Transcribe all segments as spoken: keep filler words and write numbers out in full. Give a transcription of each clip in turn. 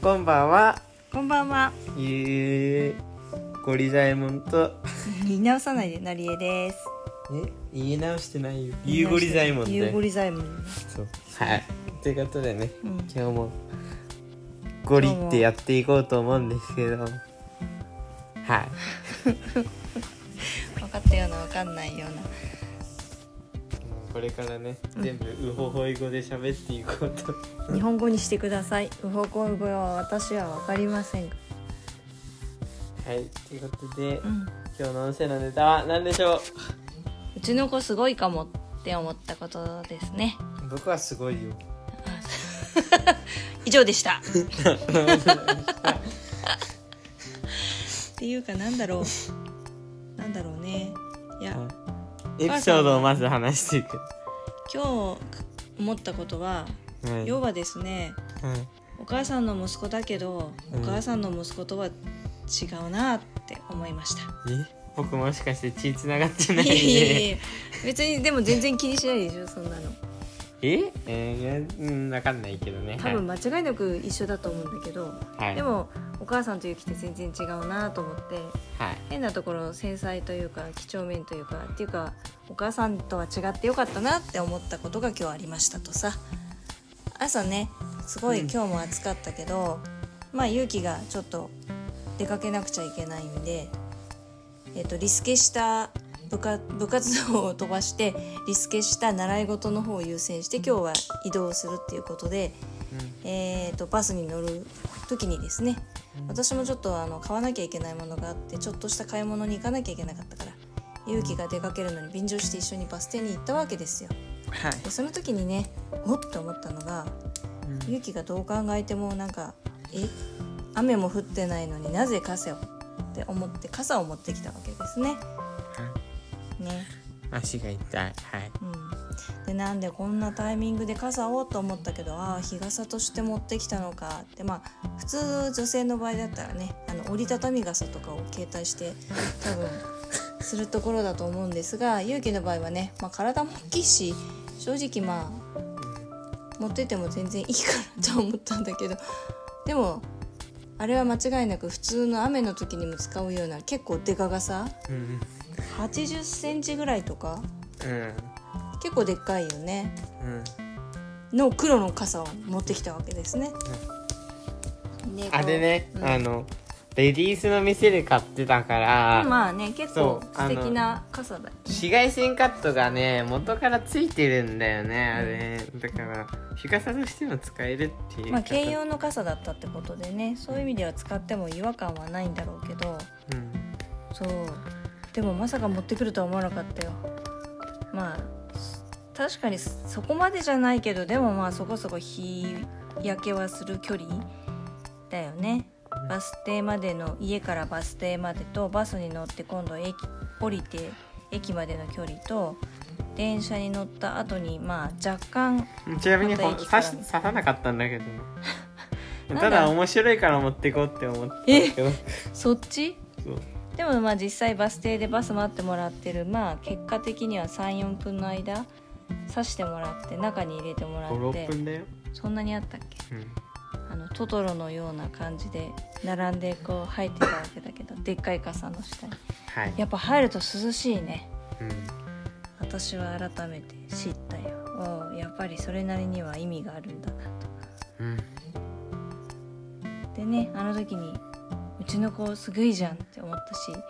こんばんは。 こんばんは。 ゆうゴリザエモンと言い直さないでなりえです。 え言い直してないよ。ゆうゴリザエモンだよ。 ゆうゴリザエモン。 そうはいということでね、 うん、 今日もゴリってやっていこうと思うんですけど、はい分かったような分かんないような、 これからね、うん、全部ウホホイ語で喋っていこうと日本語にしてください。ウホホイ語は私は分かりませんが、 はいということで、 うん、 今日の音声のネタは何でしょう。 うちの子すごいかもって思ったことですね。 僕はすごいよ以上でしたっていうかなんだろうなんだろうねいや、 エピソードをまず話していく。 今日思ったことは、はい、要はですね、はい、お母さんの息子だけど、うん、お母さんの息子とは違うなって思いました。 え僕もしかして血つながってない？ いやいやいや別にでも全然気にしないでしょそんなの。 ええー、いやうん分かんないけどね。 多分間違いなく一緒だと思うんだけど、はい、でもお母さんとユキって全然違うなと思って、はい、変なところ繊細というか几帳面というかっていうかお母さんとは違ってよかったなって思ったことが今日ありましたとさ。朝ねすごい今日も暑かったけど、うん、まあユキがちょっと出かけなくちゃいけないんで、えーと、リスケした部活、部活動を飛ばしてリスケした習い事の方を優先して今日は移動するっていうことで、うんえー、とバスに乗る時にですね、うん、私もちょっとあの買わなきゃいけないものがあってちょっとした買い物に行かなきゃいけなかったから勇気が出かけるのに便乗して一緒にバス停に行ったわけですよ、はい、でその時にねおっと思ったのが、うん、勇気がどう考えてもなんかえ雨も降ってないのになぜ傘をって思って傘を持ってきたわけですね。ね、 足が痛い、はいうん、でなんでこんなタイミングで傘をと思ったけどああ日傘として持ってきたのかってまあ普通女性の場合だったらねあの折りたたみ傘とかを携帯して多分するところだと思うんですが勇気の場合はね、まあ、体も大きいし正直まあ持ってても全然いいかなと思ったんだけどでもあれは間違いなく普通の雨の時にも使うような結構デカ傘、うん、はちじゅっセンチぐらいとか、うん、結構でっかいよね、うん、の黒の傘を持ってきたわけですね、 うん、であれね、うん、あのレディースの店で買ってたからまあね結構素敵な傘だよ、ね、 紫外線カットがね元からついてるんだよねあれ、うん、だから日傘としても使えるっていうまあ兼用の傘だったってことでねそういう意味では使っても違和感はないんだろうけど、うん、そうでもまさか持ってくるとは思わなかったよ。まあ確かにそこまでじゃないけどでもまあそこそこ日焼けはする距離だよね。バス停までの家からバス停までとバスに乗って今度駅降りて駅までの距離と電車に乗った後にまあ若干ちなみに刺さなかったんだけどねただ面白いから持ってこうって思ったけどそっちそうでもまあ実際バス停でバス待ってもらってるまあ結果的には さん,よん 分の間刺してもらって中に入れてもらってご、ろっぷんだよ。そんなにあったっけ、うんあのトトロのような感じで並んでこう入ってたわけだけどでっかい傘の下に、はい、やっぱ入ると涼しいね、うん、私は改めて知ったよおやっぱりそれなりには意味があるんだなと、うん、でねあの時にうちの子すごいじゃんって思ったし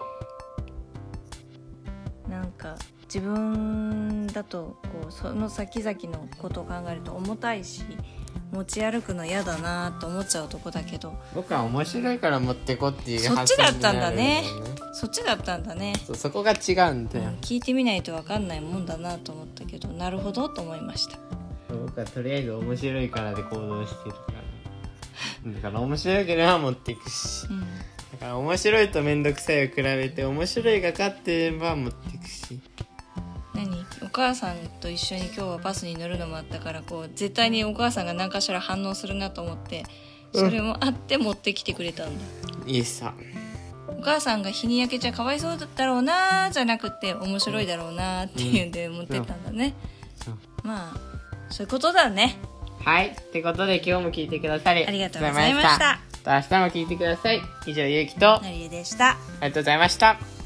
なんか自分だとこうその先々のことを考えると重たいし持ち歩くの嫌だなと思っちゃうとこだけど僕は面白いから持ってこっていう発想になるんだよね。そっちだったんだねそっちだったんだねそ, そこが違うんだよ、うん、 聞いてみないと分かんないもんだなと思ったけどなるほどと思いました。 僕はとりあえず面白いからで行動してるからだから面白いければ持っていくし、うん、だから面白いと面倒くさいを比べて面白いが勝ってれば持っていくし何お母さんと一緒に今日はバスに乗るのもあったからこう絶対にお母さんが何かしら反応するなと思ってそれもあって持ってきてくれたんだ、 うん、いいさお母さんが日に焼けちゃかわいそうだろうなじゃなくて面白いだろうなっていうんで持ってったんだね、うんうん、まあそういうことだね。 はいってことで今日も聞いてくださりありがとうございました。 明日も聞いてください。以上、ゆうきとのりえでした。ありがとうございました。